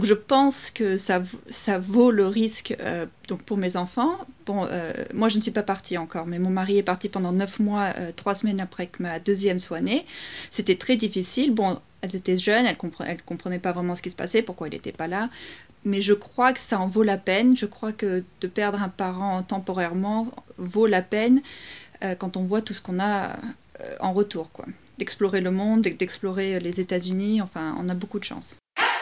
Je pense que ça vaut le risque donc pour mes enfants. Bon, moi, je ne suis pas partie encore, mais mon mari est parti pendant 9 mois, 3 semaines après que ma deuxième soit née. C'était très difficile. Bon, elles étaient jeunes, elles comprenaient pas vraiment ce qui se passait, pourquoi il n'était pas là. Mais je crois que ça en vaut la peine. Je crois que de perdre un parent temporairement vaut la peine quand on voit tout ce qu'on a en retour, quoi. D'explorer le monde, d'explorer les États-Unis. Enfin, on a beaucoup de chance.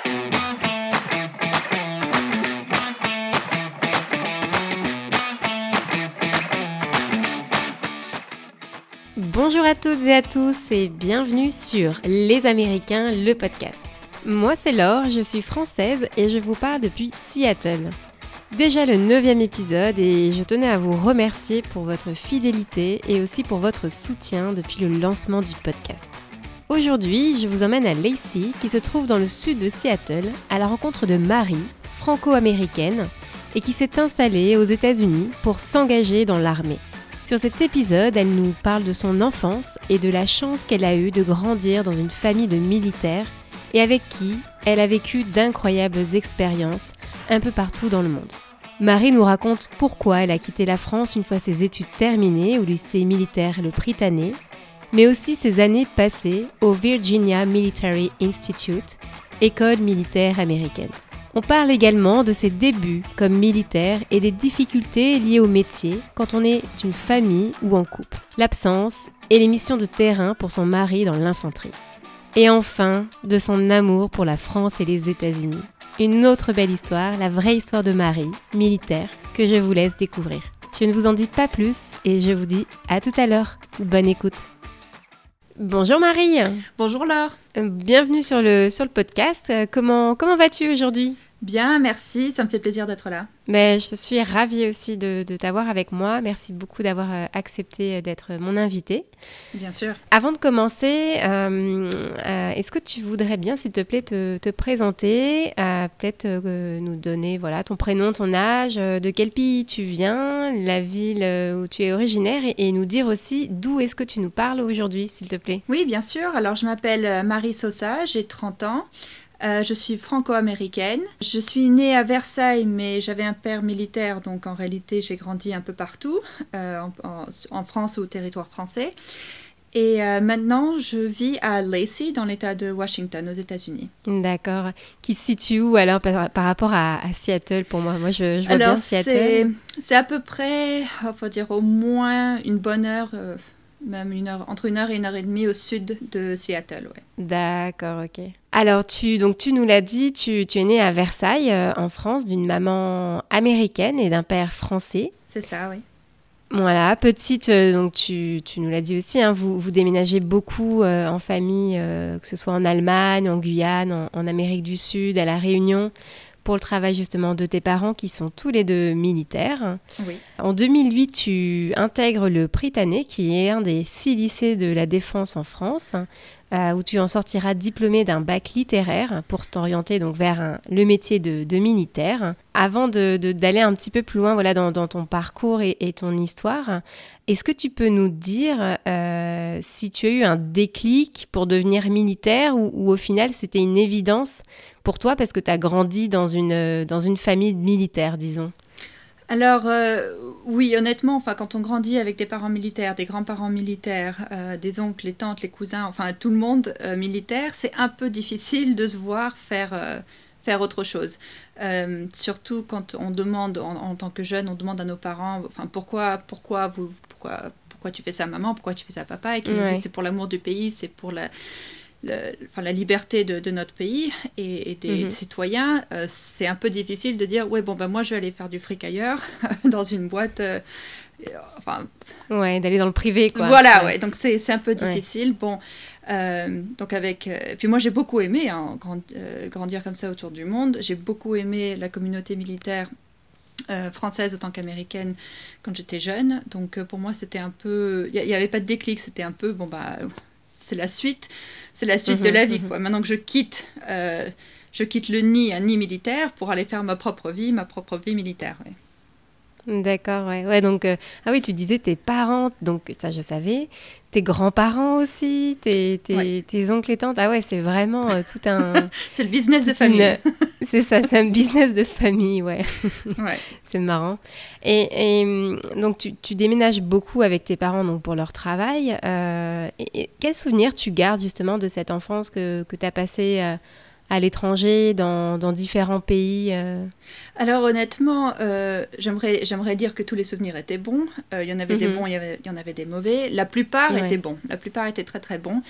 Bonjour à toutes et à tous et bienvenue sur Les Américains, le podcast. Moi c'est Laure, je suis française et je vous parle depuis Seattle. Déjà le 9e épisode et je tenais à vous remercier pour votre fidélité et aussi pour votre soutien depuis le lancement du podcast. Aujourd'hui, je vous emmène à Lacey qui se trouve dans le sud de Seattle à la rencontre de Marie, franco-américaine, et qui s'est installée aux États-Unis pour s'engager dans l'armée. Sur cet épisode, elle nous parle de son enfance et de la chance qu'elle a eue de grandir dans une famille de militaires et avec qui elle a vécu d'incroyables expériences un peu partout dans le monde. Marie nous raconte pourquoi elle a quitté la France une fois ses études terminées au lycée militaire Le Prytanée, mais aussi ses années passées au Virginia Military Institute, école militaire américaine. On parle également de ses débuts comme militaire et des difficultés liées au métier quand on est une famille ou en couple, l'absence et les missions de terrain pour son mari dans l'infanterie. Et enfin, de son amour pour la France et les États-Unis. Une autre belle histoire, la vraie histoire de Marie, militaire, que je vous laisse découvrir. Je ne vous en dis pas plus et je vous dis à tout à l'heure. Bonne écoute. Bonjour Marie. Bonjour Laure. Bienvenue sur le podcast. Comment vas-tu aujourd'hui ? Bien, merci. Ça me fait plaisir d'être là. Mais je suis ravie aussi de t'avoir avec moi. Merci beaucoup d'avoir accepté d'être mon invitée. Bien sûr. Avant de commencer, est-ce que tu voudrais bien, s'il te plaît, te présenter, peut-être nous donner ton prénom, ton âge, de quel pays tu viens, la ville où tu es originaire et nous dire aussi d'où est-ce que tu nous parles aujourd'hui, s'il te plaît. Oui, bien sûr. Alors, je m'appelle Marie Sosa, j'ai 30 ans. Je suis franco-américaine. Je suis née à Versailles, mais j'avais un père militaire, donc en réalité, j'ai grandi un peu partout, en France ou au territoire français. Et maintenant, je vis à Lacey, dans l'État de Washington, aux États-Unis. D'accord. Qui se situe où alors par rapport à Seattle pour moi ? Moi, je vois bien Seattle. C'est à peu près, il faut dire au moins une bonne heure, même entre 1 heure et 1h30 au sud de Seattle. Ouais. D'accord, ok. Alors, tu nous l'as dit, tu es née à Versailles, en France, d'une maman américaine et d'un père français. C'est ça, oui. Voilà, petite, donc tu nous l'as dit aussi, hein, vous déménagez beaucoup en famille, que ce soit en Allemagne, en Guyane, en Amérique du Sud, à La Réunion, pour le travail justement de tes parents qui sont tous les deux militaires. Oui. En 2008, tu intègres le Prytanée, qui est un des 6 lycées de la défense en France, où tu en sortiras diplômé d'un bac littéraire pour t'orienter donc vers le métier de militaire. Avant d'aller un petit peu plus loin dans ton parcours et ton histoire, est-ce que tu peux nous dire si tu as eu un déclic pour devenir militaire ou au final c'était une évidence pour toi parce que tu as grandi dans une famille militaire, disons ? Alors, oui, honnêtement, quand on grandit avec des parents militaires, des grands-parents militaires, des oncles, les tantes, les cousins, enfin tout le monde militaire, c'est un peu difficile de se voir faire autre chose. Surtout quand on demande, en tant que jeune, on demande à nos parents, pourquoi tu fais ça maman, pourquoi tu fais ça papa, et qu'ils nous disent c'est pour l'amour du pays, c'est pour la liberté de notre pays et des citoyens, c'est un peu difficile de dire moi je vais aller faire du fric ailleurs dans une boîte d'aller dans le privé quoi. Voilà, ouais, donc c'est un peu difficile. Bon, donc puis moi j'ai beaucoup aimé grandir comme ça autour du monde. J'ai beaucoup aimé la communauté militaire française autant qu'américaine quand j'étais jeune, donc pour moi c'était un peu, il n'y avait pas de déclic, c'était un peu c'est la suite de la vie, quoi. Maintenant que je quitte un nid militaire pour aller faire ma propre vie militaire. Ouais. D'accord, ouais. Ouais, donc, ah oui, tu disais tes parents, donc ça je savais, tes grands-parents aussi, Ouais. tes oncles et tantes. Ah ouais, c'est vraiment tout un, C'est le business de toute famille. une, c'est ça, c'est un business de famille, ouais. Ouais. C'est marrant. Donc tu déménages beaucoup avec tes parents donc pour leur travail. Et quels souvenirs tu gardes justement de cette enfance que tu as passée à l'étranger, dans différents pays Alors honnêtement, j'aimerais dire que tous les souvenirs étaient bons. Il y en avait des Mhm. bons, il y en avait des mauvais. La plupart étaient Ouais. bons. La plupart étaient très très bons.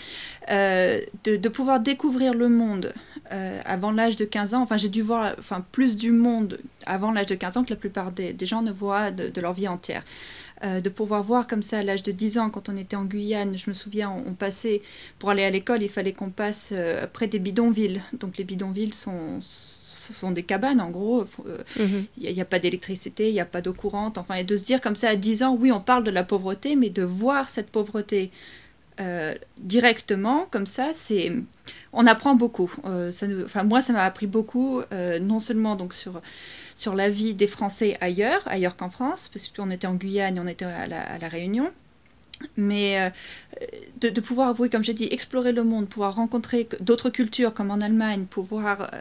De pouvoir découvrir le monde avant l'âge de 15 ans, enfin j'ai dû voir plus du monde avant l'âge de 15 ans que la plupart des gens ne voient de leur vie entière. De pouvoir voir comme ça à l'âge de 10 ans, quand on était en Guyane, je me souviens, on passait, pour aller à l'école, il fallait qu'on passe près des bidonvilles. Donc les bidonvilles ce sont des cabanes en gros, Mhm. il n'y a pas d'électricité, il n'y a pas d'eau courante, enfin, et de se dire comme ça à 10 ans, oui on parle de la pauvreté, mais de voir cette pauvreté directement, comme ça, on apprend beaucoup. Moi, ça m'a appris beaucoup, non seulement donc sur la vie des Français ailleurs qu'en France, parce qu'on était en Guyane et on était à la Réunion, mais de pouvoir, oui, comme j'ai dit, explorer le monde, pouvoir rencontrer d'autres cultures comme en Allemagne, pouvoir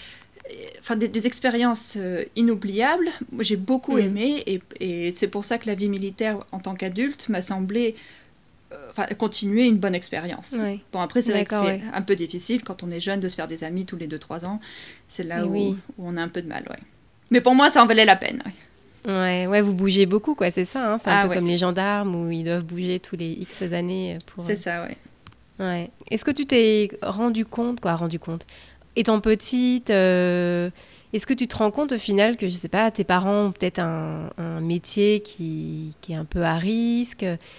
des expériences inoubliables. Moi, j'ai beaucoup Mhm. aimé et c'est pour ça que la vie militaire en tant qu'adulte m'a semblé continuer une bonne expérience. Ouais. Bon, après, c'est vrai que D'accord, c'est ouais. un peu difficile quand on est jeune de se faire des amis tous les 2-3 ans. C'est là Et oui. où on a un peu de mal, ouais. Mais pour moi, ça en valait la peine, ouais. Ouais, ouais, vous bougez beaucoup, quoi, c'est ça, hein. C'est un Ah peu ouais, comme les gendarmes où ils doivent bouger tous les X années pour. c'est ça, ouais. Ouais. Est-ce que tu t'es rendu compte, étant petite, est-ce que tu te rends compte au final que, je sais pas, tes parents ont peut-être un métier qui est un peu à risque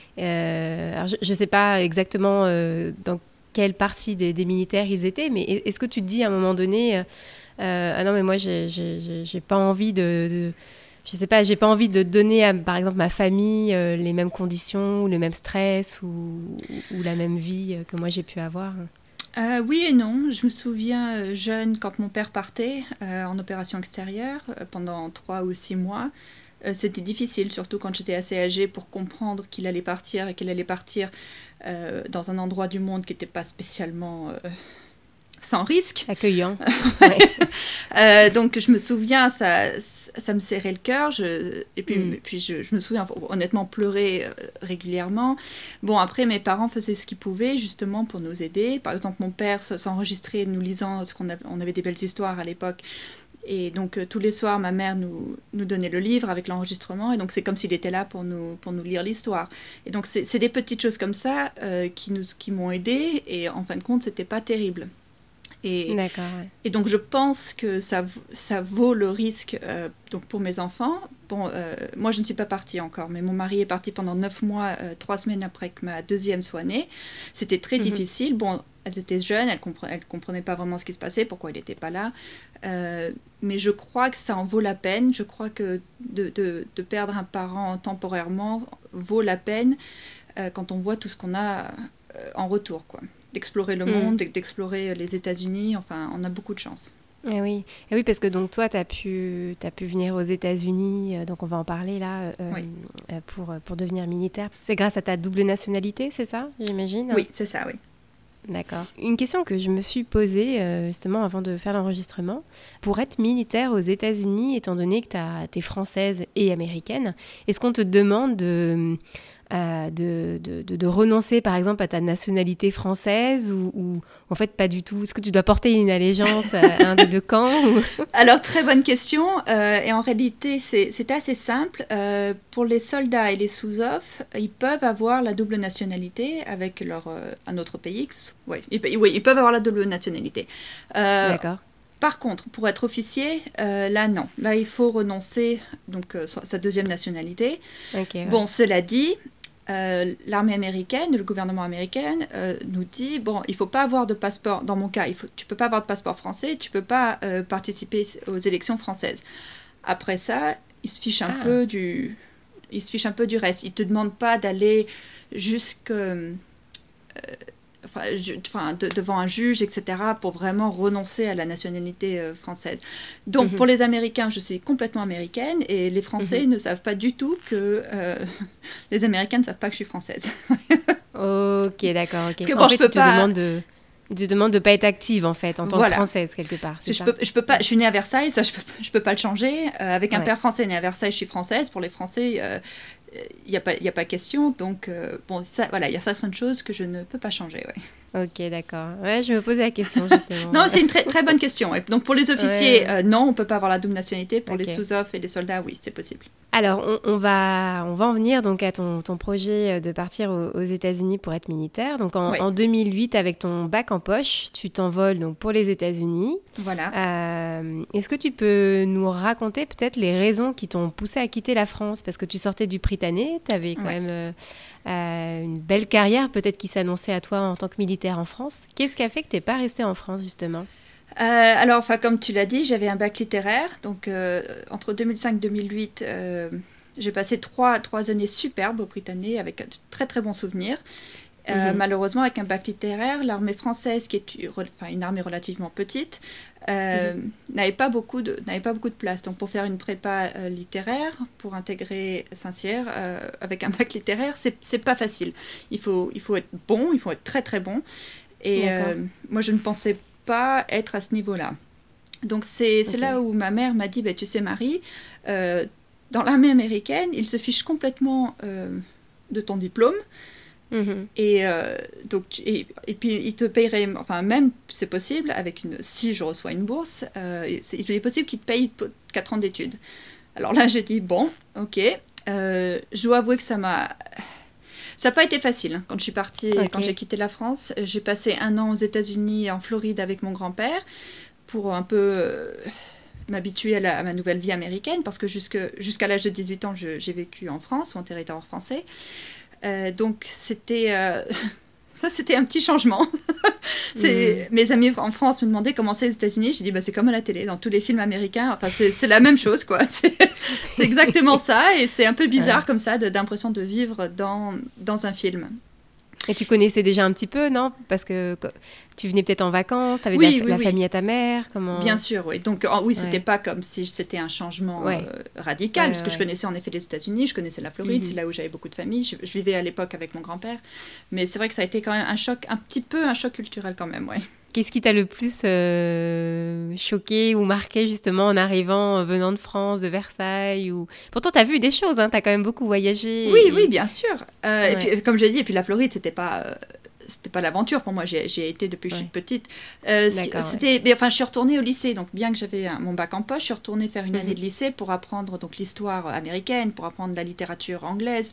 alors je sais pas exactement dans quelle partie des militaires ils étaient, mais est-ce que tu te dis à un moment donné, ah non mais moi j'ai pas envie je sais pas, j'ai pas envie de donner à, par exemple, ma famille les mêmes conditions ou le même stress ou la même vie que moi j'ai pu avoir. Oui et non. Je me souviens jeune quand mon père partait en opération extérieure pendant 3 ou 6 mois. C'était difficile, surtout quand j'étais assez âgée pour comprendre qu'il allait partir et qu'il allait partir dans un endroit du monde qui n'était pas spécialement sans risque. Accueillant. Ouais. Donc je me souviens, ça me serrait le cœur. Et Mm. puis je me souviens honnêtement pleurer régulièrement. Bon, après, mes parents faisaient ce qu'ils pouvaient justement pour nous aider. Par exemple, mon père s'enregistrait nous lisant, on avait des belles histoires à l'époque. Et donc tous les soirs, ma mère nous donnait le livre avec l'enregistrement. Et donc c'est comme s'il était là pour nous lire l'histoire. Et donc c'est des petites choses comme ça qui m'ont aidée. Et en fin de compte, c'était pas terrible. Et, D'accord, ouais. et donc je pense que ça vaut le risque donc pour mes enfants. Bon, moi je ne suis pas partie encore, mais mon mari est parti pendant 9 mois, 3 semaines après que ma deuxième soit née. C'était très Mhm. difficile. Bon, elles étaient jeunes, elles comprenaient pas vraiment ce qui se passait, pourquoi il n'était pas là. Mais je crois que ça en vaut la peine. Je crois que de perdre un parent temporairement vaut la peine quand on voit tout ce qu'on a en retour, quoi. D'explorer le monde, Mm. d'explorer les États-Unis, enfin, on a beaucoup de chance. Eh oui, parce que donc toi, t'as pu venir aux États-Unis, donc on va en parler là, Oui, pour devenir militaire. C'est grâce à ta double nationalité, c'est ça, j'imagine? oui, c'est ça, oui. D'accord. Une question que je me suis posée justement avant de faire l'enregistrement. Pour être militaire aux États-Unis, étant donné que t'es française et américaine, est-ce qu'on te demande de renoncer par exemple à ta nationalité française ou en fait pas du tout? Est-ce que tu dois porter une allégeance à un des deux camps Alors, très bonne question. Et en réalité, c'est assez simple. Pour les soldats et les sous-off, ils peuvent avoir la double nationalité avec un autre pays. Oui, oui, ils peuvent avoir la double nationalité. Euh, D'accord. Par contre, pour être officier, là, non. Là, il faut renoncer donc sa deuxième nationalité. Ok, ouais. Bon, cela dit, l'armée américaine, le gouvernement américain nous dit bon, il faut pas avoir de passeport. Dans mon cas, tu peux pas avoir de passeport français, tu peux pas participer aux élections françaises. Après ça, ils se fichent un Ah, peu il se fiche un peu du reste. Ils te demandent pas d'aller jusque devant un juge, etc., pour vraiment renoncer à la nationalité française. Donc, pour les Américains, je suis complètement américaine, et les Français ne savent pas du tout que... les Américains ne savent pas que je suis française. Ok, d'accord. Okay. Parce que bon, je peux pas... Tu demandes de ne pas être active, en fait, en tant que Française, quelque part. Je peux pas, je suis née à Versailles, ça, je peux pas le changer. Avec un père français né à Versailles, je suis française. Pour les Français, il n'y a pas question. Donc, il y a certaines choses que je ne peux pas changer. Ouais. Ok, d'accord. Ouais, je me posais la question, justement. Non, c'est une très, très bonne question. Ouais. Donc, pour les officiers, non, on ne peut pas avoir la double nationalité. Pour les sous-off et les soldats, oui, c'est possible. Alors, on va en venir donc à ton projet de partir aux États-Unis pour être militaire. Donc, en 2008, avec ton bac en poche, tu t'envoles donc pour les États-Unis. Voilà. Est-ce que tu peux nous raconter peut-être les raisons qui t'ont poussé à quitter la France? Parce que tu sortais du Prytanée, tu avais quand même une belle carrière peut-être qui s'annonçait à toi en tant que militaire en France. Qu'est-ce qui a fait que tu n'es pas restée en France, justement? Alors, comme tu l'as dit, j'avais un bac littéraire. Donc, entre 2005 et 2008, j'ai passé trois années superbes au Prytanée avec de très, très bons souvenirs. Malheureusement, avec un bac littéraire, l'armée française, qui est une armée relativement petite, n'avait pas beaucoup de place. Donc, pour faire une prépa littéraire, pour intégrer Saint-Cyr, avec un bac littéraire, c'est pas facile. Il faut être bon, il faut être très, très bon. Et moi, je ne pensais pas être à ce niveau-là. Donc, c'est là où ma mère m'a dit, tu sais, Marie, dans l'armée américaine, ils se fichent complètement de ton diplôme. Et puis ils te paieraient, enfin même c'est possible, si je reçois une bourse, il est possible qu'ils te payent 4 ans d'études. Alors là j'ai dit bon, ok, je dois avouer que ça n'a pas été facile quand je suis partie, quand j'ai quitté la France. J'ai passé 1 an aux États-Unis, en Floride, avec mon grand-père, pour un peu m'habituer à ma nouvelle vie américaine, parce que jusqu'à l'âge de 18 ans, j'ai vécu en France, ou en territoire français. Donc c'était un petit changement. Mes amis en France me demandaient comment c'est aux États-Unis. J'ai dit c'est comme à la télé, dans tous les films américains. Enfin c'est la même chose quoi. C'est exactement ça, et c'est un peu bizarre comme ça d'impression de vivre dans un film. Et tu connaissais déjà un petit peu, non? Parce que tu venais peut-être en vacances, tu avais la famille à ta mère. Comment... Bien sûr, oui. Donc, c'était pas comme si c'était un changement radical, parce que je connaissais en effet les États-Unis, je connaissais la Floride, c'est là où j'avais beaucoup de famille. Je vivais à l'époque avec mon grand-père. Mais c'est vrai que ça a été quand même un choc culturel quand même, ouais. Qu'est-ce qui t'a le plus choqué ou marqué justement en arrivant, venant de France, de Versailles ou... Pourtant, tu as vu des choses, hein, tu as quand même beaucoup voyagé. Oui, bien sûr. Et puis, comme je l'ai dit, et puis la Floride, c'était pas l'aventure pour moi, j'y ai été depuis que je suis petite. Je suis retournée au lycée, donc bien que j'avais mon bac en poche, je suis retournée faire une année de lycée pour apprendre donc l'histoire américaine, pour apprendre la littérature anglaise,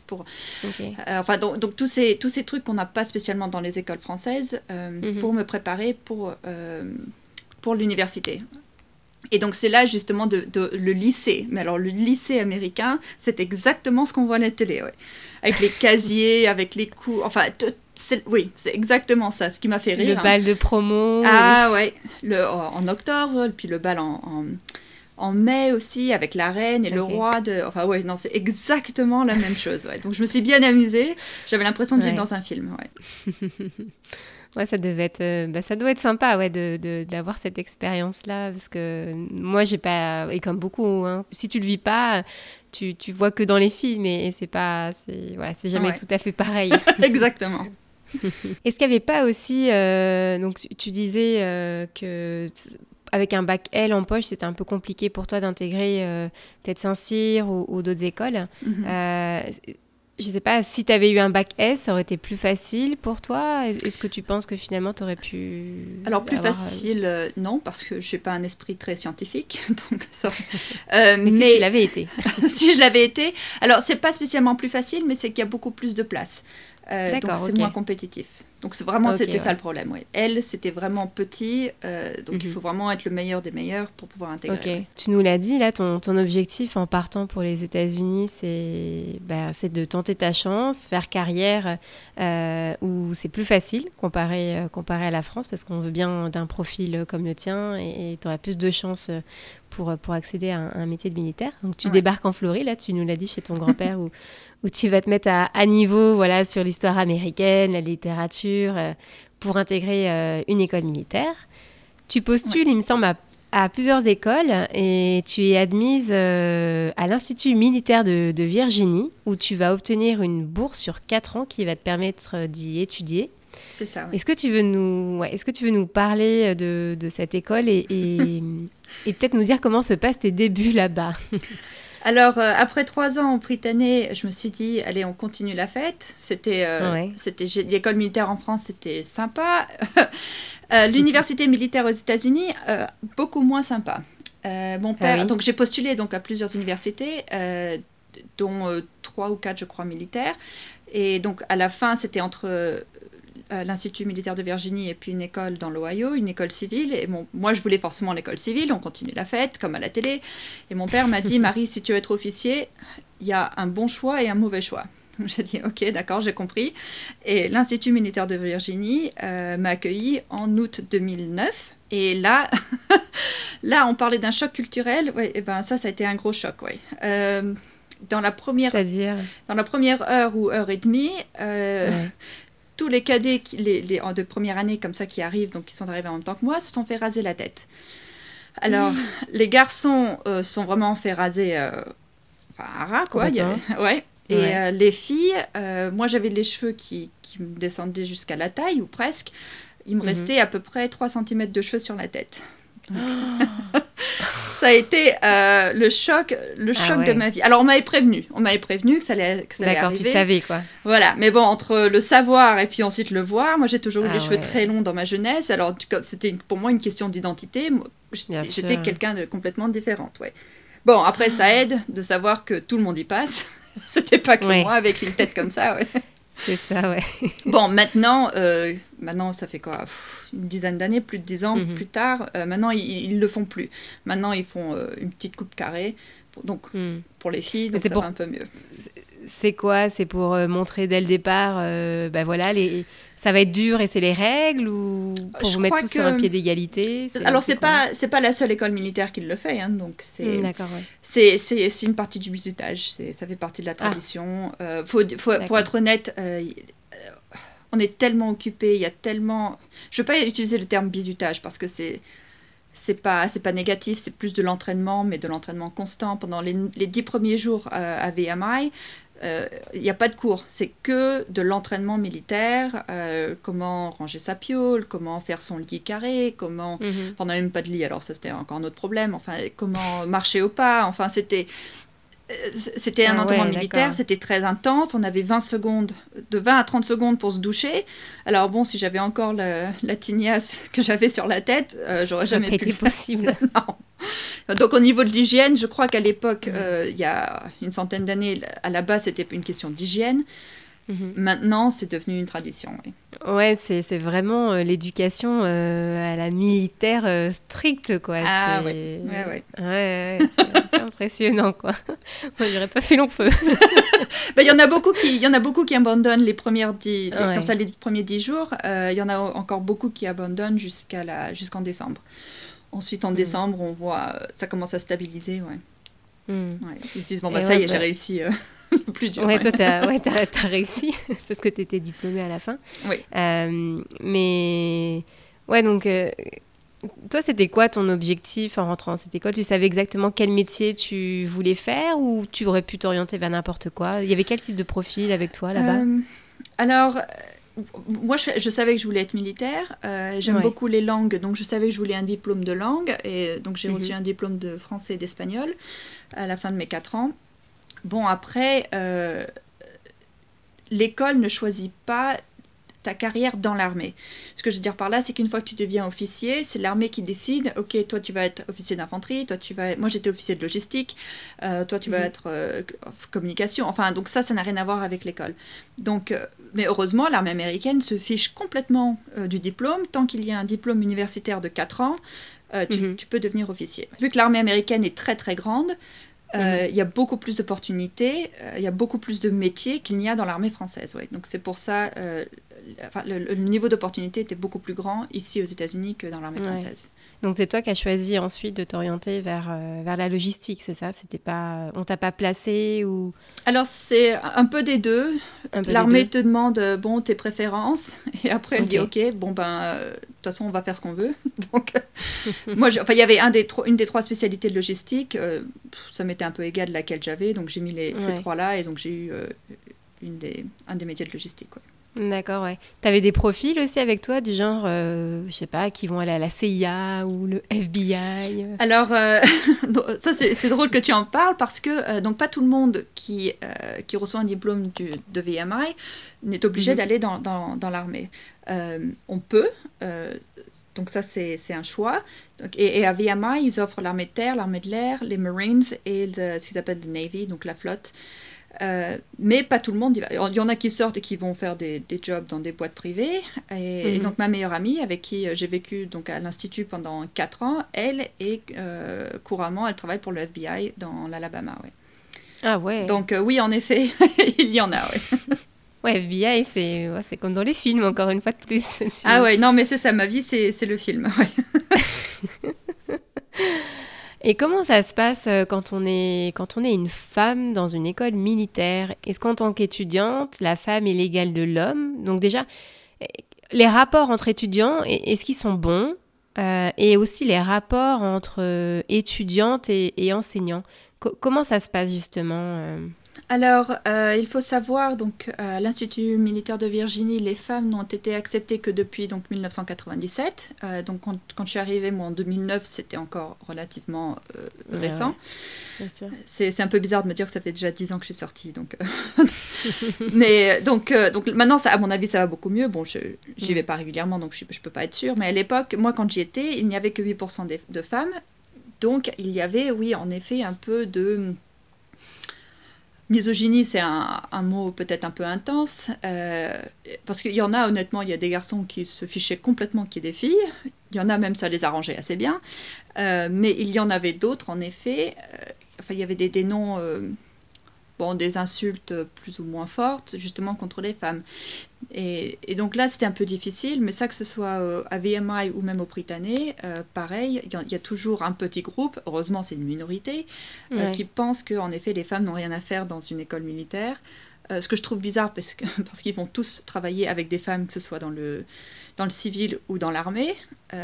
donc tous ces trucs qu'on n'a pas spécialement dans les écoles françaises, pour me préparer pour l'université. Et donc c'est là justement le lycée. Mais alors le lycée américain, c'est exactement ce qu'on voit à la télé, avec les casiers, avec les cours, enfin c'est exactement ça, ce qui m'a fait rire. Le bal de promo. Ah ouais, en octobre, puis le bal en mai aussi, avec la reine et le roi. C'est exactement la même chose. Ouais. Donc je me suis bien amusée, j'avais l'impression de vivre dans un film. Ouais. Ouais, ça doit être sympa d'avoir cette expérience-là, parce que moi, j'ai pas... Et comme beaucoup, hein, si tu le vis pas, tu vois que dans les films, et c'est jamais tout à fait pareil. Exactement. Est-ce qu'il n'y avait pas aussi... donc, tu disais que... Avec un bac L en poche, c'était un peu compliqué pour toi d'intégrer peut-être Saint-Cyr ou d'autres écoles. Je ne sais pas, si tu avais eu un bac S, ça aurait été plus facile pour toi? Est-ce que tu penses que finalement, tu aurais pu... Alors, plus facile, non, parce que je n'ai pas un esprit très scientifique. Donc mais si tu l'avais été. Si je l'avais été. Alors, ce n'est pas spécialement plus facile, mais c'est qu'il y a beaucoup plus de place. Donc, c'est moins compétitif. Donc, c'était ça le problème. Ouais. Elle, c'était vraiment petit. Donc, il faut vraiment être le meilleur des meilleurs pour pouvoir intégrer. Ouais. Tu nous l'as dit, là, ton objectif en partant pour les États-Unis, c'est de tenter ta chance, faire carrière où c'est plus facile comparé à la France, parce qu'on veut bien d'un profil comme le tien, et tu auras plus de chances pour accéder à un métier de militaire. Donc tu débarques en Floride, là, tu nous l'as dit, chez ton grand-père, où tu vas te mettre à niveau voilà, sur l'histoire américaine, la littérature, pour intégrer une école militaire. Tu postules, il me semble, à plusieurs écoles et tu es admise à l'Institut militaire de Virginie, où tu vas obtenir une bourse sur 4 ans qui va te permettre d'y étudier. C'est ça, oui. Est-ce que tu veux nous parler de cette école et peut-être nous dire comment se passent tes débuts là-bas? Alors, après 3 ans en Britannique, je me suis dit, allez, on continue la fête. C'était l'école militaire en France, c'était sympa. L'université militaire aux États-Unis, beaucoup moins sympa. Mon père, donc j'ai postulé donc à plusieurs universités, dont 3 ou 4, je crois, militaires. Et donc, à la fin, c'était entre l'Institut militaire de Virginie et puis une école dans l'Ohio, une école civile. Et moi, je voulais forcément l'école civile. On continue la fête, comme à la télé. Et mon père m'a dit, Marie, si tu veux être officier, il y a un bon choix et un mauvais choix. J'ai dit, ok, d'accord, j'ai compris. Et l'Institut militaire de Virginie m'a accueilli en août 2009. Et là, on parlait d'un choc culturel. Ouais, et ben ça a été un gros choc, ouais. Dans la première heure ou heure et demie, tous les cadets de première année comme ça qui arrivent, donc qui sont arrivés en même temps que moi, se sont fait raser la tête. Alors, les garçons sont vraiment fait raser à ras, quoi. Et les filles, moi j'avais les cheveux qui me descendaient jusqu'à la taille, ou presque. Il me restait à peu près 3 cm de cheveux sur la tête. Donc, ça a été le choc de ma vie. Alors on m'avait prévenu que ça allait arriver. D'accord, tu savais quoi. Voilà, mais bon, entre le savoir et puis ensuite le voir, moi j'ai toujours eu les cheveux très longs dans ma jeunesse, alors c'était pour moi une question d'identité. J'étais quelqu'un de complètement différente, ouais. Bon, après ça aide de savoir que tout le monde y passe. C'était pas que moi avec une tête comme ça, ouais. C'est ça, ouais. Bon, maintenant, ça fait quoi, une dizaine d'années, plus de 10 ans plus tard, maintenant, ils le font plus. Maintenant, ils font une petite coupe carrée, pour les filles, donc ça va un peu mieux. C'est quoi? C'est pour montrer dès le départ, ça va être dur et c'est les règles, ou pour vous mettre tous sur un pied d'égalité? Alors, c'est pas la seule école militaire qui le fait, hein, donc d'accord, ouais. C'est une partie du bizutage, ça fait partie de la tradition. Pour être honnête, on est tellement occupés, il y a tellement... Je ne veux pas utiliser le terme bizutage parce que c'est pas négatif, c'est plus de l'entraînement, mais de l'entraînement constant. Pendant les 10 premiers jours à VMI, il n'y a pas de cours, c'est que de l'entraînement militaire, comment ranger sa piole, comment faire son lit carré, comment... Enfin, on n'a même pas de lit, alors ça c'était encore un autre problème, enfin, comment marcher au pas, enfin c'était un entraînement militaire, d'accord. C'était très intense, on avait de 20 à 30 secondes pour se doucher. Alors bon, si j'avais encore la tignasse que j'avais sur la tête, j'aurais jamais pu le faire. Possible. Non. Donc au niveau de l'hygiène, je crois qu'à l'époque, il y a une centaine d'années, à la base, c'était une question d'hygiène. Maintenant, c'est devenu une tradition. Oui. Ouais, c'est vraiment l'éducation à la militaire stricte, quoi. Ah ouais. C'est impressionnant, quoi. Moi, j'aurais pas fait long feu. Il y en a beaucoup qui abandonnent les premiers 10 jours. Il y en a encore beaucoup qui abandonnent jusqu'en décembre. Ensuite, en décembre, on voit ça commence à stabiliser, ouais. Ouais. Ils se disent ça y est, j'ai réussi. Plus dur. Ouais, toi, t'as réussi parce que t'étais diplômée à la fin. Oui. Mais ouais, donc toi, c'était quoi ton objectif en rentrant dans cette école? Tu savais exactement quel métier tu voulais faire, ou tu aurais pu t'orienter vers n'importe quoi? Il y avait quel type de profil avec toi là-bas? Alors, moi, je savais que je voulais être militaire. J'aime beaucoup les langues, donc je savais que je voulais un diplôme de langue. Et donc, j'ai reçu un diplôme de français et d'espagnol à la fin de mes 4 ans. Bon, après, l'école ne choisit pas ta carrière dans l'armée. Ce que je veux dire par là, c'est qu'une fois que tu deviens officier, c'est l'armée qui décide, ok, toi tu vas être officier d'infanterie, moi j'étais officier de logistique, toi tu vas être communication, enfin, donc ça n'a rien à voir avec l'école. Donc, mais heureusement, l'armée américaine se fiche complètement du diplôme. Tant qu'il y a un diplôme universitaire de 4 ans, tu peux devenir officier. Vu que l'armée américaine est très très grande, Il y a beaucoup plus d'opportunités, il y a beaucoup plus de métiers qu'il n'y a dans l'armée française. Ouais. Donc c'est pour ça, le niveau d'opportunité était beaucoup plus grand ici aux États-Unis que dans l'armée française. Donc c'est toi qui as choisi ensuite de t'orienter vers la logistique, c'est ça? C'était pas, on t'a pas placé ou... Alors c'est un peu des deux. L'armée te demande tes préférences et après elle dit ok, de toute façon on va faire ce qu'on veut. Donc moi, il y avait une des 3 spécialités de logistique. Ça m'était un peu égal laquelle j'avais, donc j'ai mis ces 3-là et donc j'ai eu un des métiers de logistique. Ouais. D'accord, ouais. T'avais des profils aussi avec toi, du genre, je sais pas, qui vont aller à la CIA ou le FBI? Alors, ça c'est drôle que tu en parles parce que donc pas tout le monde qui reçoit un diplôme de VMI n'est obligé d'aller dans l'armée. On peut, donc ça c'est un choix. Donc, et à VMI, ils offrent l'armée de terre, l'armée de l'air, les Marines et ce qu'ils appellent le Navy, donc la flotte. Mais pas tout le monde y va. Il y en a qui sortent et qui vont faire des jobs dans des boîtes privées. Et donc ma meilleure amie, avec qui j'ai vécu donc, à l'Institut pendant 4 ans, elle couramment, elle travaille pour le FBI dans l'Alabama. Ouais. Ah ouais. Donc oui, en effet, il y en a. Ouais. Ouais, FBI, c'est comme dans les films, encore une fois de plus. Ah ouais, non, mais c'est ça, ma vie, c'est le film. Ouais. Et comment ça se passe quand on est une femme dans une école militaire? Est-ce qu'en tant qu'étudiante, la femme est l'égale de l'homme? Donc déjà, les rapports entre étudiants, est-ce qu'ils sont bons? Et aussi les rapports entre étudiantes et enseignants. Comment ça se passe justement Alors, il faut savoir, donc, à l'Institut militaire de Virginie, les femmes n'ont été acceptées que depuis donc, 1997. Donc, quand je suis arrivée, moi, en 2009, c'était encore relativement récent. Ouais, c'est un peu bizarre de me dire que ça fait déjà 10 ans que je suis sortie. Donc, mais donc maintenant, à mon avis, ça va beaucoup mieux. Bon, j'y vais pas régulièrement, donc je peux pas être sûre. Mais à l'époque, moi, quand j'y étais, il n'y avait que 8% de femmes. Donc, il y avait, oui, en effet, un peu de... Misogynie, c'est un mot peut-être un peu intense, parce qu'il y en a, honnêtement, il y a des garçons qui se fichaient complètement qu'il y ait des filles, il y en a même, ça les arrangeait assez bien, mais il y en avait d'autres, en effet, il y avait des noms, des insultes plus ou moins fortes, justement, contre les femmes. Et donc là, c'était un peu difficile, mais ça, que ce soit à VMI ou même au Britannique, pareil, il y a toujours un petit groupe, heureusement c'est une minorité, qui pense qu'en effet les femmes n'ont rien à faire dans une école militaire. Ce que je trouve bizarre, parce qu'ils vont tous travailler avec des femmes, que ce soit dans le civil ou dans l'armée.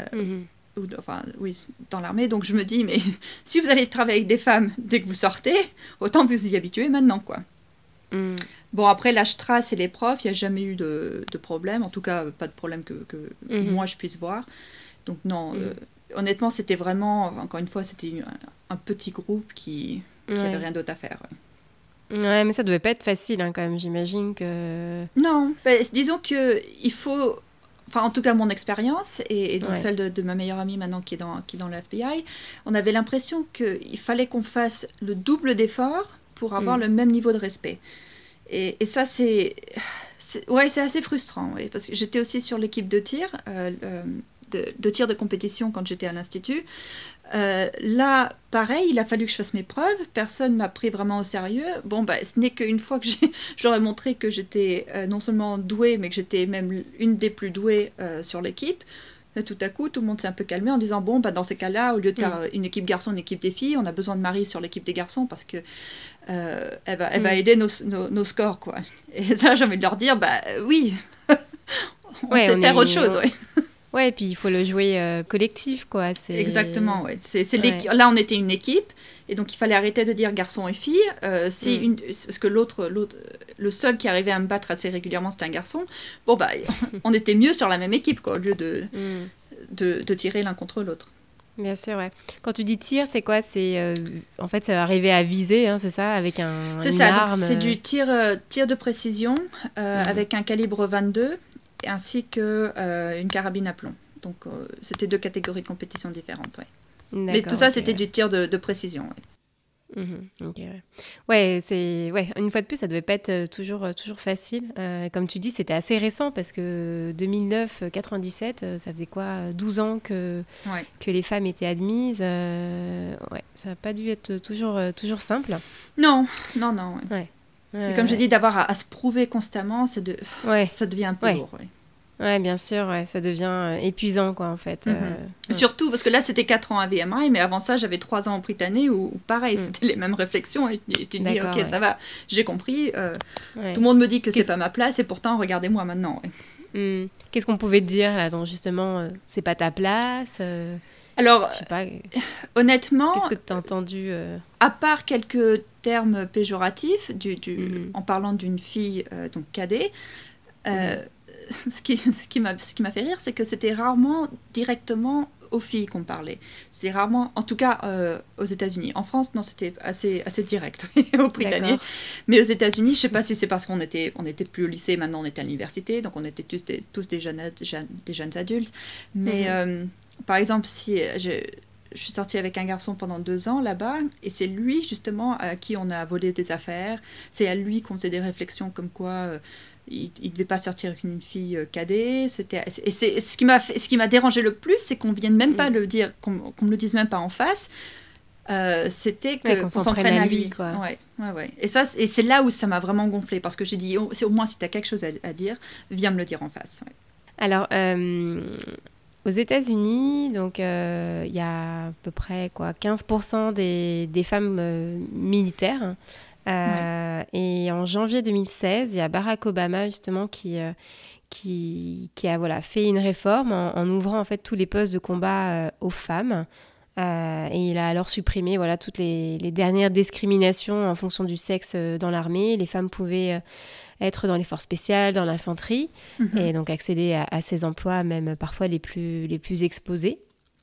Dans l'armée, donc je me dis, mais si vous allez travailler avec des femmes dès que vous sortez, autant vous y habituer maintenant, quoi. Bon, après, la strasse et les profs, il n'y a jamais eu de problème. En tout cas, pas de problème que moi, je puisse voir. Donc, non, honnêtement, c'était vraiment... Encore une fois, c'était un petit groupe qui n'avait rien d'autre à faire. Ouais, mais ça devait pas être facile, hein, quand même. J'imagine que... Non, disons qu'il faut... Enfin, en tout cas, mon expérience, et donc celle de ma meilleure amie maintenant qui est dans le FBI, on avait l'impression qu'il fallait qu'on fasse le double d'efforts pour avoir le même niveau de respect. Et ça, c'est assez frustrant, parce que j'étais aussi sur l'équipe de tir, de tir de compétition quand j'étais à l'Institut. Là, pareil, il a fallu que je fasse mes preuves, personne ne m'a pris vraiment au sérieux. Bon, ce n'est qu'une fois que je leur ai montré que j'étais non seulement douée, mais que j'étais même une des plus douées sur l'équipe. Là, tout à coup, tout le monde s'est un peu calmé en disant, dans ces cas-là, au lieu de faire une équipe garçon, une équipe des filles, on a besoin de Marie sur l'équipe des garçons parce que elle va aider nos scores, quoi. Et là, j'ai envie de leur dire, oui, on sait faire autre chose, Ouais, et puis il faut le jouer collectif, quoi. Exactement, ouais. Là, on était une équipe, et donc il fallait arrêter de dire garçon et fille. Parce que le seul qui arrivait à me battre assez régulièrement, c'était un garçon. Bon, on était mieux sur la même équipe, quoi, au lieu de tirer l'un contre l'autre. Bien sûr, ouais. Quand tu dis tir, c'est quoi? C'est en fait, ça va arriver à viser, hein, c'est ça, avec une arme. Donc c'est du tir de précision avec un calibre 22 ainsi qu'une carabine à plomb. Donc c'était 2 catégories de compétition différentes, ouais. Mais tout ça, c'était du tir de précision, ouais. Ok, ouais. Ouais, une fois de plus, ça devait pas être toujours facile. Comme tu dis, c'était assez récent parce que 2009-97, ça faisait quoi, 12 ans que les femmes étaient admises. Ouais, ça n'a pas dû être toujours simple. Non. Ouais. Et comme j'ai dit, d'avoir à se prouver constamment, ça devient un peu lourd. Ouais. Ouais, bien sûr, ouais, ça devient épuisant, quoi, en fait. Surtout parce que là, c'était 4 ans à VMI, mais avant ça, j'avais 3 ans en Britannique où pareil, c'était les mêmes réflexions. Et tu te dis, ok, ça va, j'ai compris. Tout le monde me dit que c'est pas ma place, et pourtant, regardez-moi maintenant. Ouais. Qu'est-ce qu'on pouvait te dire, là, justement, c'est pas ta place Alors, je sais pas, honnêtement, qu'est-ce que tu as entendu à part quelques termes péjoratifs, en parlant d'une fille donc cadet, ce qui m'a fait rire, c'est que c'était rarement directement aux filles qu'on parlait. C'était rarement, en tout cas aux États-Unis. En France, non, c'était assez direct, aux Britanniques. Mais aux États-Unis, je ne sais pas si c'est parce qu'on était plus au lycée, maintenant on était à l'université, donc on était tous des jeunes adultes. Mais par exemple, si je suis sortie avec un garçon pendant 2 ans là-bas, et c'est lui justement à qui on a volé des affaires. C'est à lui qu'on faisait des réflexions comme quoi il ne devait pas sortir avec une fille cadet. Et c'est ce qui m'a dérangé le plus, c'est qu'on vienne même pas le dire, qu'on me le dise même pas en face. C'était qu'on s'en prenne à lui, quoi. Ouais. Et c'est là où ça m'a vraiment gonflé, parce que j'ai dit, c'est au moins si tu as quelque chose à dire, viens me le dire en face. Ouais. Alors, aux États-Unis, donc il y a à peu près 15% des femmes militaires. Et en janvier 2016, il y a Barack Obama justement qui a fait une réforme en ouvrant en fait tous les postes de combat aux femmes. Et il a alors supprimé toutes les dernières discriminations en fonction du sexe dans l'armée. Les femmes pouvaient être dans les forces spéciales, dans l'infanterie, et donc accéder à ces emplois même parfois les plus exposés.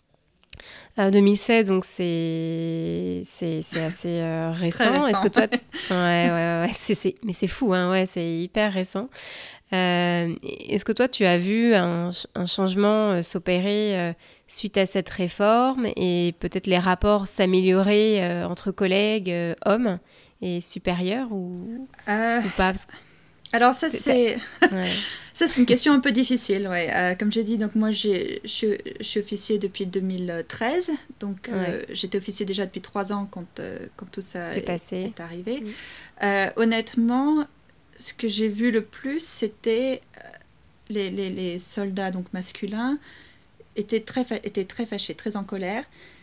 2016, donc c'est assez récent. Très récent. Est-ce que toi, ouais, mais c'est fou, hein, ouais, c'est hyper récent. Est-ce que toi, tu as vu un changement s'opérer suite à cette réforme, et peut-être les rapports s'améliorer entre collègues, hommes et supérieurs ou pas? Alors ça c'est une question un peu difficile. Ouais. Comme j'ai dit, donc moi je suis officier depuis 2013, donc j'étais officier déjà depuis 3 ans quand tout ça est arrivé. Honnêtement, ce que j'ai vu le plus, c'était les soldats donc masculins étaient très fâchés, très en colère.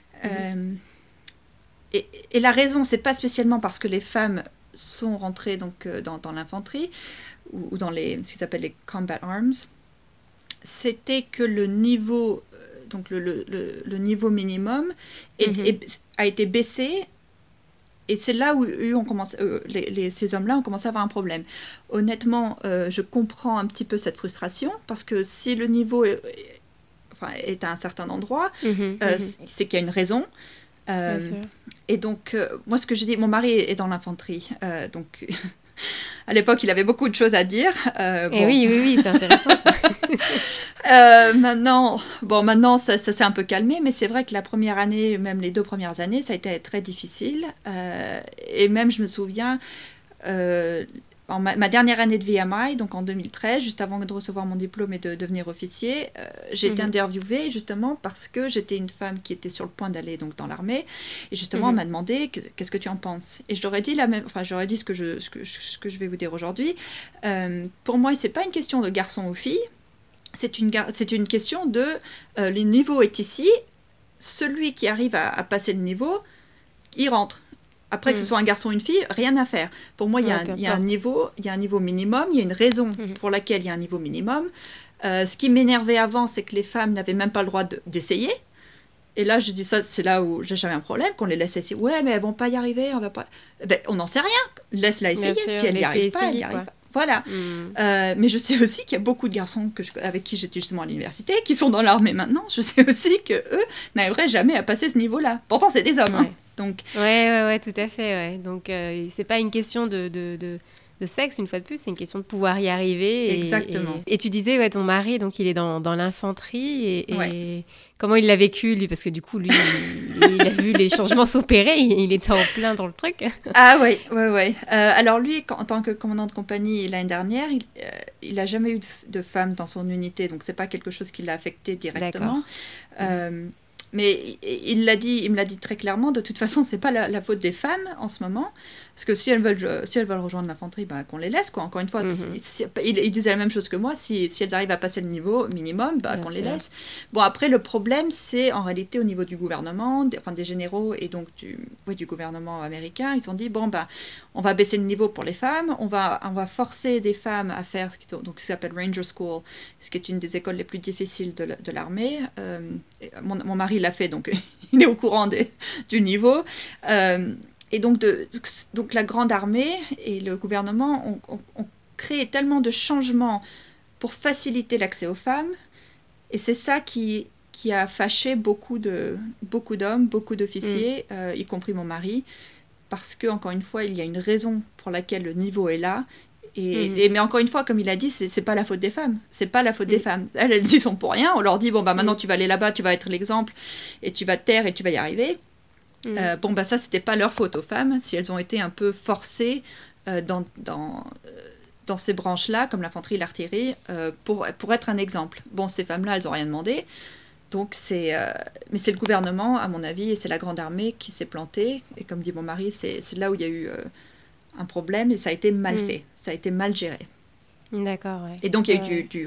Et la raison, c'est pas spécialement parce que les femmes sont rentrées donc dans l'infanterie ou dans ce qu'ils appellent les combat arms. C'était que le niveau donc le niveau minimum a été baissé, et c'est là où ces hommes-là ont commencé à avoir un problème. Honnêtement, je comprends un petit peu cette frustration, parce que si le niveau est à un certain endroit, c'est qu'il y a une raison. Et donc, moi, ce que j'ai dit, mon mari est dans l'infanterie, donc à l'époque, il avait beaucoup de choses à dire. Oui, c'est intéressant ça. Maintenant, ça s'est un peu calmé, mais c'est vrai que la première année, même les 2 premières années, ça a été très difficile. Et même, je me souviens, ma dernière année de VMI, donc en 2013, juste avant de recevoir mon diplôme et de devenir officier, j'ai été interviewée justement parce que j'étais une femme qui était sur le point d'aller donc dans l'armée, et justement on m'a demandé qu'est-ce que tu en penses, et je leur ai dit ce que je vais vous dire aujourd'hui. Pour moi, c'est pas une question de garçon ou fille, c'est une question de le niveau est ici, celui qui arrive à passer le niveau, il rentre. Après, que ce soit un garçon ou une fille, rien à faire. Pour moi, il y a un niveau minimum, il y a une raison pour laquelle il y a un niveau minimum. Ce qui m'énervait avant, c'est que les femmes n'avaient même pas le droit d'essayer. Et là, je dis ça, c'est là où j'avais un problème, qu'on les laisse essayer. Ouais, mais elles vont pas y arriver, on va pas. On n'en sait rien. Laisse-la essayer. Si elle n'y arrive pas, elle n'y arrive pas. Voilà. Mais je sais aussi qu'il y a beaucoup de garçons avec qui j'étais justement à l'université, qui sont dans l'armée maintenant. Je sais aussi qu'eux n'arriveraient jamais à passer ce niveau-là. Pourtant, c'est des hommes. Hein. Donc... Ouais, tout à fait. Ouais. Donc, c'est pas une question de de sexe, une fois de plus, c'est une question de pouvoir y arriver. Exactement. Et tu disais, ouais, ton mari, donc il est dans l'infanterie. Ouais. Et comment il l'a vécu, lui? Parce que du coup, lui, il a vu les changements s'opérer, il était en plein dans le truc. Ah oui, ouais, ouais. Alors lui, en tant que commandant de compagnie l'année dernière, il a jamais eu de femme dans son unité, donc c'est pas quelque chose qui l'a affecté directement. Mais il me l'a dit très clairement, de toute façon, c'est pas la faute des femmes en ce moment, parce que si elles veulent rejoindre l'infanterie, bah, qu'on les laisse, quoi. Encore une fois, il disait la même chose que moi, si elles arrivent à passer le niveau minimum, bah, qu'on les laisse. Bon, après, le problème, c'est en réalité au niveau du gouvernement, des généraux et donc du gouvernement américain, ils ont dit, bon, bah, on va baisser le niveau pour les femmes, on va forcer des femmes à faire ce qui s'appelle Ranger School, ce qui est une des écoles les plus difficiles de l'armée. Mon mari l'a fait, donc il est au courant du niveau. Et donc la grande armée et le gouvernement ont créé tellement de changements pour faciliter l'accès aux femmes. Et c'est ça qui a fâché beaucoup d'hommes, beaucoup d'officiers, y compris mon mari, parce que, encore une fois, il y a une raison pour laquelle le niveau est là. Mais encore une fois, comme il a dit, c'est pas la faute des femmes. C'est pas la faute des femmes. Elles y sont pour rien. On leur dit, bon, bah maintenant tu vas aller là-bas, tu vas être l'exemple, et tu vas te taire et tu vas y arriver. Bon, bah ça, c'était pas leur faute aux femmes, si elles ont été un peu forcées dans ces branches-là, comme l'infanterie et l'artillerie, pour être un exemple. Bon, ces femmes-là, elles ont rien demandé. Donc mais c'est le gouvernement, à mon avis, et c'est la grande armée qui s'est plantée. Et comme dit mon mari, c'est là où il y a eu un problème, et ça a été mal fait, ça a été mal géré. D'accord, ouais. Et donc il y a eu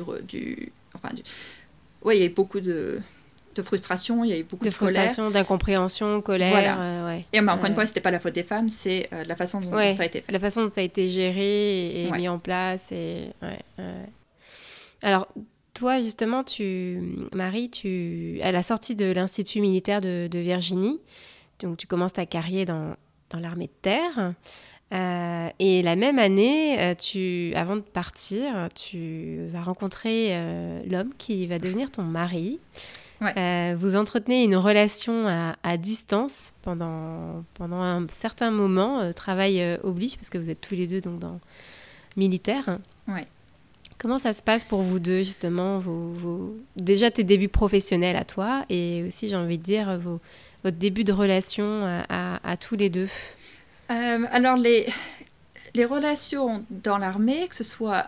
il y a eu beaucoup de frustration, il y a eu beaucoup de colère. Frustration, d'incompréhension, colère. Voilà. Ouais. Et encore une fois, c'était pas la faute des femmes, c'est la façon dont ça a été fait. La façon dont ça a été géré et mis en place. Alors, toi, justement, Marie, à la sortie de l'Institut militaire de Virginie, donc tu commences ta carrière dans l'armée de terre. Et la même année, avant de partir, tu vas rencontrer l'homme qui va devenir ton mari. Ouais. Vous entretenez une relation à distance pendant un certain moment, travail oblige, parce que vous êtes tous les deux donc dans militaire. Ouais. Comment ça se passe pour vous deux, justement, déjà tes débuts professionnels à toi, et aussi, j'ai envie de dire, votre début de relation à tous les deux? Alors, les relations dans l'armée, que ce soit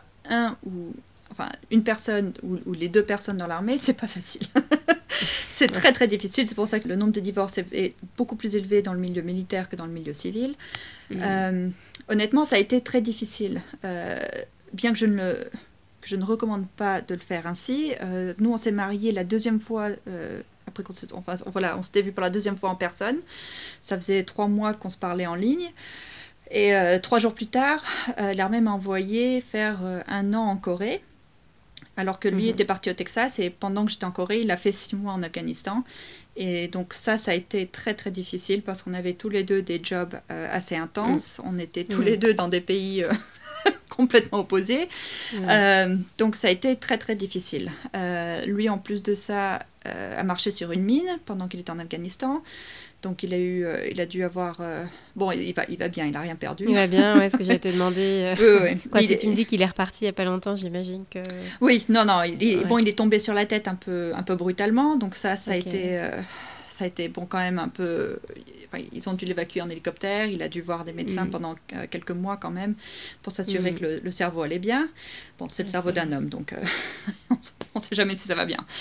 une personne ou les deux personnes dans l'armée, c'est pas facile. C'est très très difficile, c'est pour ça que le nombre de divorces est beaucoup plus élevé dans le milieu militaire que dans le milieu civil. Honnêtement, ça a été très difficile. Bien que je ne recommande pas de le faire ainsi. Nous, on s'est mariés la deuxième fois, après on s'était vus pour la deuxième fois en personne. Ça faisait 3 mois qu'on se parlait en ligne. Et 3 jours plus tard, l'armée m'a envoyé faire 1 an en Corée, alors que lui était parti au Texas, et pendant que j'étais en Corée, il a fait 6 mois en Afghanistan. Et donc ça a été très très difficile, parce qu'on avait tous les deux des jobs assez intenses. On était tous les deux dans des pays complètement opposés. Donc ça a été très très difficile. Lui, en plus de ça, a marché sur une mine pendant qu'il était en Afghanistan. Donc il a dû avoir... Bon, il va bien, il n'a rien perdu. Il va bien, ouais, ce que j'allais te demander. Quoi, si tu me dis qu'il est reparti il n'y a pas longtemps, j'imagine que... Oui, non, il est tombé sur la tête un peu brutalement, donc ça a été bon, quand même un peu... ils ont dû l'évacuer en hélicoptère, il a dû voir des médecins pendant quelques mois quand même, pour s'assurer que le cerveau allait bien. Bon, c'est le cerveau d'un homme, donc on ne sait jamais si ça va bien.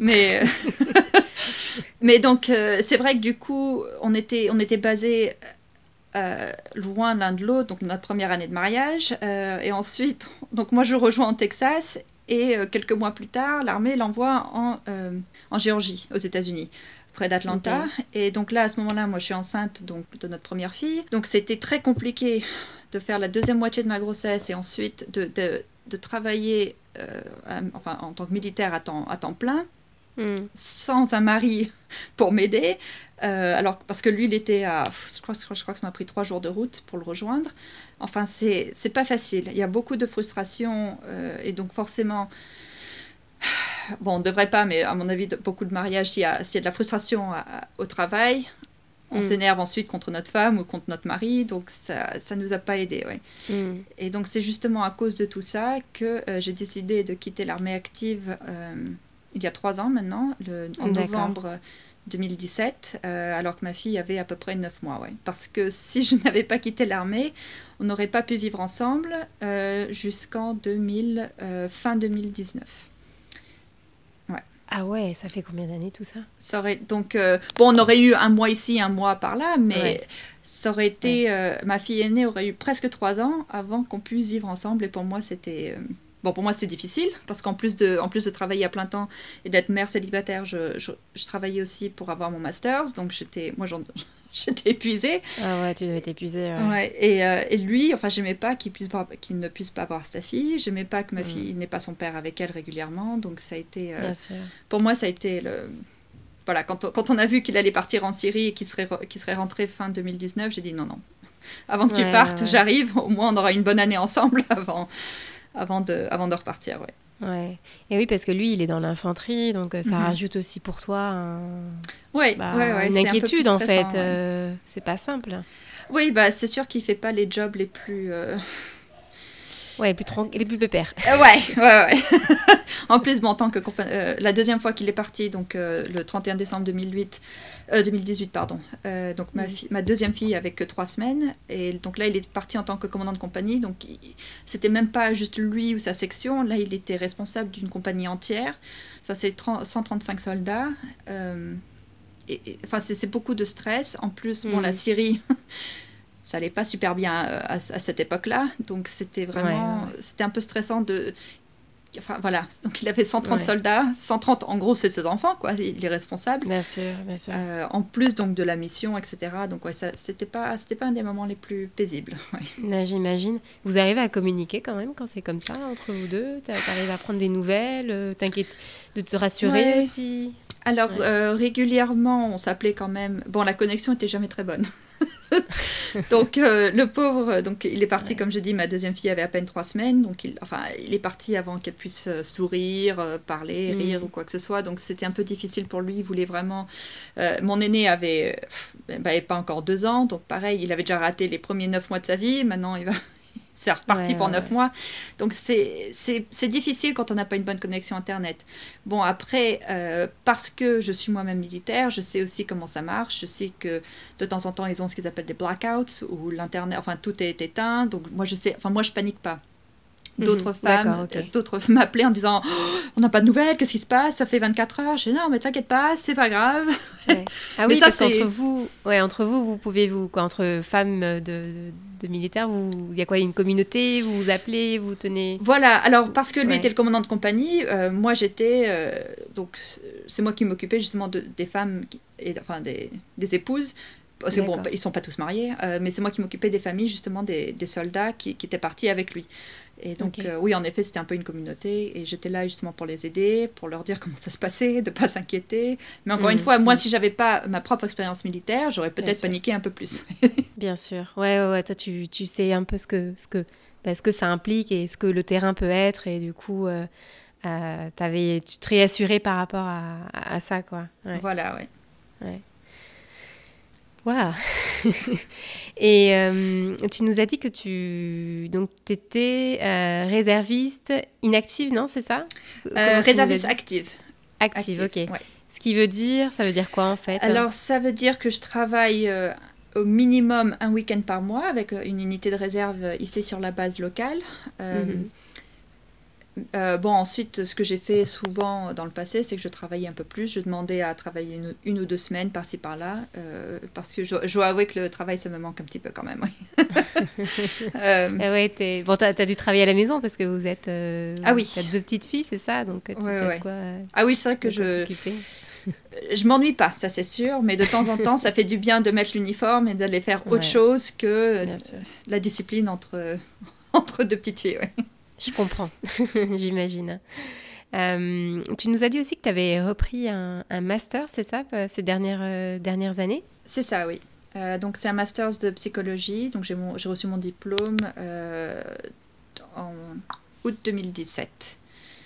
Mais donc, c'est vrai que du coup, on était basés loin l'un de l'autre, donc notre première année de mariage. Et ensuite, donc moi, je rejoins en Texas, et quelques mois plus tard, l'armée l'envoie en Géorgie, aux États-Unis, près d'Atlanta. Okay. Et donc là, à ce moment-là, moi, je suis enceinte donc, de notre première fille. Donc, c'était très compliqué de faire la deuxième moitié de ma grossesse, et ensuite de travailler en tant que militaire à temps plein. Sans un mari pour m'aider, alors parce que lui il était je crois que ça m'a pris 3 jours de route pour le rejoindre. Enfin, c'est pas facile, il y a beaucoup de frustration, et donc forcément, bon, on ne devrait pas, mais à mon avis, beaucoup de mariages, s'il y a de la frustration au travail, on s'énerve ensuite contre notre femme ou contre notre mari, donc ça nous a pas aidé, ouais. Et donc c'est justement à cause de tout ça que j'ai décidé de quitter l'armée active il y a 3 ans maintenant, en novembre 2017, alors que ma fille avait à peu près 9 mois, ouais. Parce que si je n'avais pas quitté l'armée, on n'aurait pas pu vivre ensemble jusqu'en fin 2019. Ah ouais, ça fait combien d'années tout ça? Ça aurait, donc, bon, on aurait eu un mois ici, un mois par là, mais ça aurait été... ma fille aînée aurait eu presque 3 ans avant qu'on puisse vivre ensemble. Et pour moi, c'était... pour moi, c'était difficile, parce qu'en plus de travailler à plein temps et d'être mère célibataire, je travaillais aussi pour avoir mon master's. Donc, j'étais épuisée. Ah ouais, tu devais être épuisée. Ouais, et lui, enfin, j'aimais pas qu'il ne puisse pas voir sa fille. J'aimais pas que ma fille n'ait pas son père avec elle régulièrement. Donc, ça a été... Bien sûr. Pour moi, ça a été le... Voilà, quand on a vu qu'il allait partir en Syrie et qu'il serait rentré fin 2019, j'ai dit non. Avant que tu partes, j'arrive. Au moins, on aura une bonne année ensemble avant de repartir, ouais. Ouais. Et oui, parce que lui, il est dans l'infanterie, donc ça rajoute aussi pour toi une inquiétude, en fait. C'est pas simple. Oui, c'est sûr qu'il fait pas les jobs les plus... Ouais, les plus pépères. Ouais. En plus, en tant que la deuxième fois qu'il est parti, donc le 31 décembre 2018, pardon. Donc ma deuxième fille avait que 3 semaines, et donc là il est parti en tant que commandant de compagnie. Donc c'était même pas juste lui ou sa section. Là, il était responsable d'une compagnie entière. Ça, c'est 135 soldats. Enfin, c'est beaucoup de stress. En plus, la Syrie. Ça allait pas super bien à cette époque-là, donc c'était vraiment... C'était un peu stressant de... Enfin, voilà, donc il avait 130 soldats, 130 en gros c'est ses enfants, quoi, il est responsable. Bien sûr. En plus donc de la mission, etc. Donc c'était pas un des moments les plus paisibles. Là, j'imagine. Vous arrivez à communiquer quand même quand c'est comme ça, entre vous deux? T'arrives à prendre des nouvelles, t'inquiète de te rassurer aussi? Alors, régulièrement, on s'appelait quand même... Bon, la connexion était jamais très bonne. Donc, le pauvre, donc, il est parti, comme j'ai dit, ma deuxième fille avait à peine 3 semaines. Donc, il est parti avant qu'elle puisse sourire, parler, rire ou quoi que ce soit. Donc, c'était un peu difficile pour lui. Il voulait vraiment... mon aîné avait pas encore 2 ans. Donc, pareil, il avait déjà raté les premiers 9 mois de sa vie. Maintenant, c'est reparti pour 9 mois. Donc, c'est difficile quand on n'a pas une bonne connexion Internet. Bon, après, parce que je suis moi-même militaire, je sais aussi comment ça marche. Je sais que de temps en temps, ils ont ce qu'ils appellent des blackouts, où l'Internet, enfin, tout est éteint. Donc, moi, je panique pas. D'autres femmes m'appelaient en disant on n'a pas de nouvelles, qu'est-ce qui se passe, ça fait 24 heures. Je dis non, mais t'inquiète pas, c'est pas grave. Ah oui, ça, parce qu'entre vous, vous pouvez entre femmes de militaires, il y a quoi, une communauté, vous vous appelez, vous tenez... Voilà, alors parce que lui était le commandant de compagnie, moi j'étais, donc c'est moi qui m'occupais justement des femmes, des épouses. Parce que bon, ils sont pas tous mariés, mais c'est moi qui m'occupais des familles, justement, des soldats qui étaient partis avec lui. Et donc, oui, en effet, c'était un peu une communauté, et j'étais là justement pour les aider, pour leur dire comment ça se passait, de pas s'inquiéter. Mais encore une fois, moi, si j'avais pas ma propre expérience militaire, j'aurais peut-être paniqué un peu plus. Bien sûr. Ouais, toi, tu sais un peu ce que ça implique et ce que le terrain peut être, et du coup, tu te réassurais par rapport à ça, quoi. Ouais. Voilà, ouais. Wow. Et tu nous as dit que tu étais réserviste inactive, non, c'est ça? Réserviste active. Active, ok. Ouais. Ce qui veut dire, ça veut dire quoi en fait? Alors, ça veut dire que je travaille au minimum un week-end par mois avec une unité de réserve ici sur la base locale. Ensuite, ce que j'ai fait souvent dans le passé, c'est que je travaillais un peu plus. Je demandais à travailler une ou 2 semaines par-ci par-là, parce que je dois avouer que le travail, ça me manque un petit peu quand même. T'as dû travailler à la maison parce que vous êtes... Ah oui. T'as 2 petites filles, c'est ça? Donc, ah oui, c'est vrai que je m'ennuie pas, ça c'est sûr, mais de temps en temps, ça fait du bien de mettre l'uniforme et d'aller faire autre chose que la discipline entre 2 petites filles, Je comprends, j'imagine. Tu nous as dit aussi que tu avais repris un master, c'est ça, ces dernières années? C'est ça, oui. Donc, c'est un master de psychologie. Donc, j'ai reçu mon diplôme en août 2017.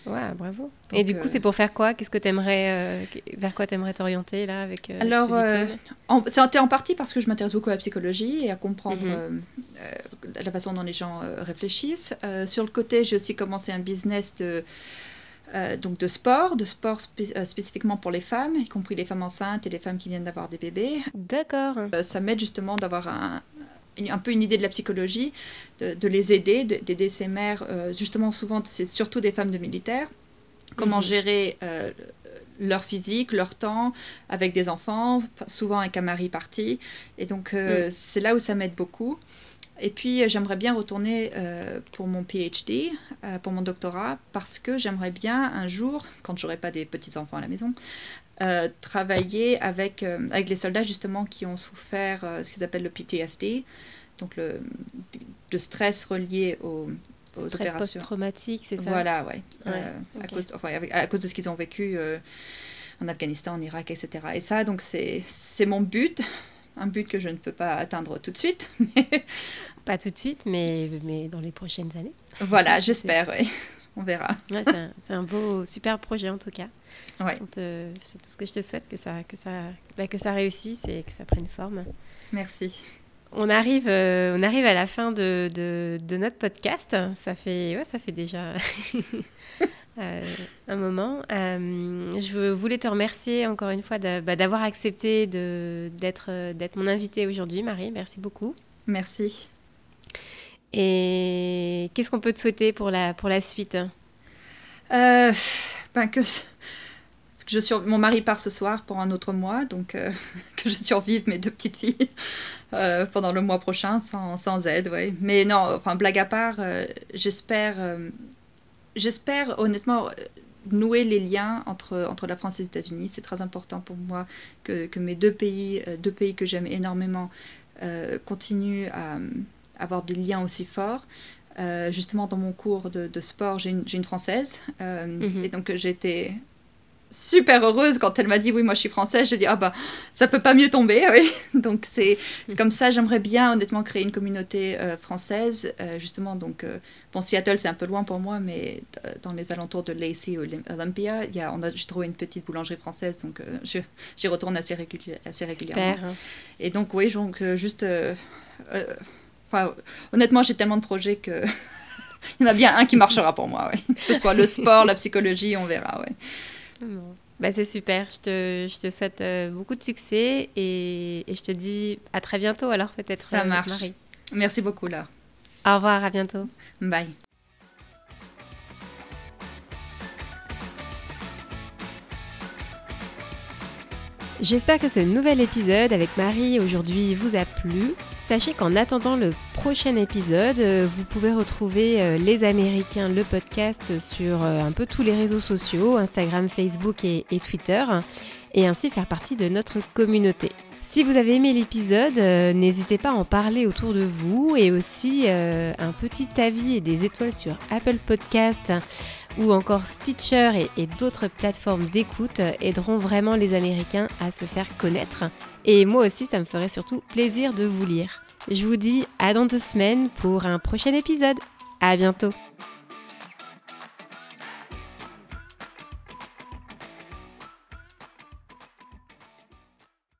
Ouais, bravo. Donc, et du coup, c'est pour faire quoi? Qu'est-ce que vers quoi t'aimerais t'orienter là avec alors, ce diplôme? c'est en partie parce que je m'intéresse beaucoup à la psychologie et à comprendre Mhm. la façon dont les gens réfléchissent. Sur le côté, j'ai aussi commencé un business donc de sport spécifiquement pour les femmes, y compris les femmes enceintes et les femmes qui viennent d'avoir des bébés. D'accord. Ça m'aide justement d'avoir un peu une idée de la psychologie, de les aider, d'aider ces mères. Justement, souvent, c'est surtout des femmes de militaires. Comment gérer leur physique, leur temps avec des enfants, souvent avec un mari parti. Et donc, c'est là où ça m'aide beaucoup. Et puis, j'aimerais bien retourner pour mon PhD, pour mon doctorat, parce que j'aimerais bien un jour, quand j'aurai pas des petits-enfants à la maison, travailler avec les soldats justement qui ont souffert ce qu'ils appellent le PTSD, donc le stress relié aux Stress opérations. post-traumatique, c'est ça? Voilà, ouais. Okay. À cause de ce qu'ils ont vécu en Afghanistan, en Irak, etc. Et ça, donc, c'est mon but. Un but que je ne peux pas atteindre tout de suite. Pas tout de suite, mais dans les prochaines années. Voilà, j'espère, oui. On verra. Ouais, c'est un beau, super projet en tout cas. Ouais. C'est tout ce que je te souhaite, que ça réussisse et que ça prenne forme. Merci. On arrive à la fin de notre podcast. Ça fait déjà un moment. Je voulais te remercier encore une fois d'avoir accepté d'être mon invitée aujourd'hui, Marie. Merci beaucoup. Merci. Et qu'est-ce qu'on peut te souhaiter pour la suite? Mon mari part ce soir pour un autre mois, donc que je survive mes 2 petites filles pendant le mois prochain sans aide, ouais. Mais non, enfin blague à part, j'espère honnêtement nouer les liens entre la France et les États-Unis. C'est très important pour moi que mes deux pays que j'aime énormément, continuent à avoir des liens aussi forts. Justement, dans mon cours de sport, j'ai une Française, et donc j'étais super heureuse quand elle m'a dit oui, moi je suis française. J'ai dit ah bah ça peut pas mieux tomber, oui. Donc c'est comme ça, j'aimerais bien honnêtement créer une communauté française, justement. Donc bon, Seattle c'est un peu loin pour moi, mais dans les alentours de Lacey ou Olympia, j'ai trouvé une petite boulangerie française, donc j'y retourne assez régulièrement. Super. Et donc oui, donc juste honnêtement, j'ai tellement de projets que il y en a bien un qui marchera pour moi, ouais. Que ce soit le sport, la psychologie, on verra, ouais. Bon. Bah, c'est super, je te souhaite beaucoup de succès et je te dis à très bientôt alors peut-être. Ça marche. Marie. Merci beaucoup Laure. Au revoir, à bientôt. Bye. J'espère que ce nouvel épisode avec Marie aujourd'hui vous a plu. Sachez qu'en attendant le prochain épisode, vous pouvez retrouver Les Américains, le podcast, sur un peu tous les réseaux sociaux, Instagram, Facebook et Twitter, et ainsi faire partie de notre communauté. Si vous avez aimé l'épisode, n'hésitez pas à en parler autour de vous, et aussi un petit avis et des étoiles sur Apple Podcast ou encore Stitcher et d'autres plateformes d'écoute aideront vraiment les Américains à se faire connaître. Et moi aussi, ça me ferait surtout plaisir de vous lire. Je vous dis à dans 2 semaines pour un prochain épisode. À bientôt.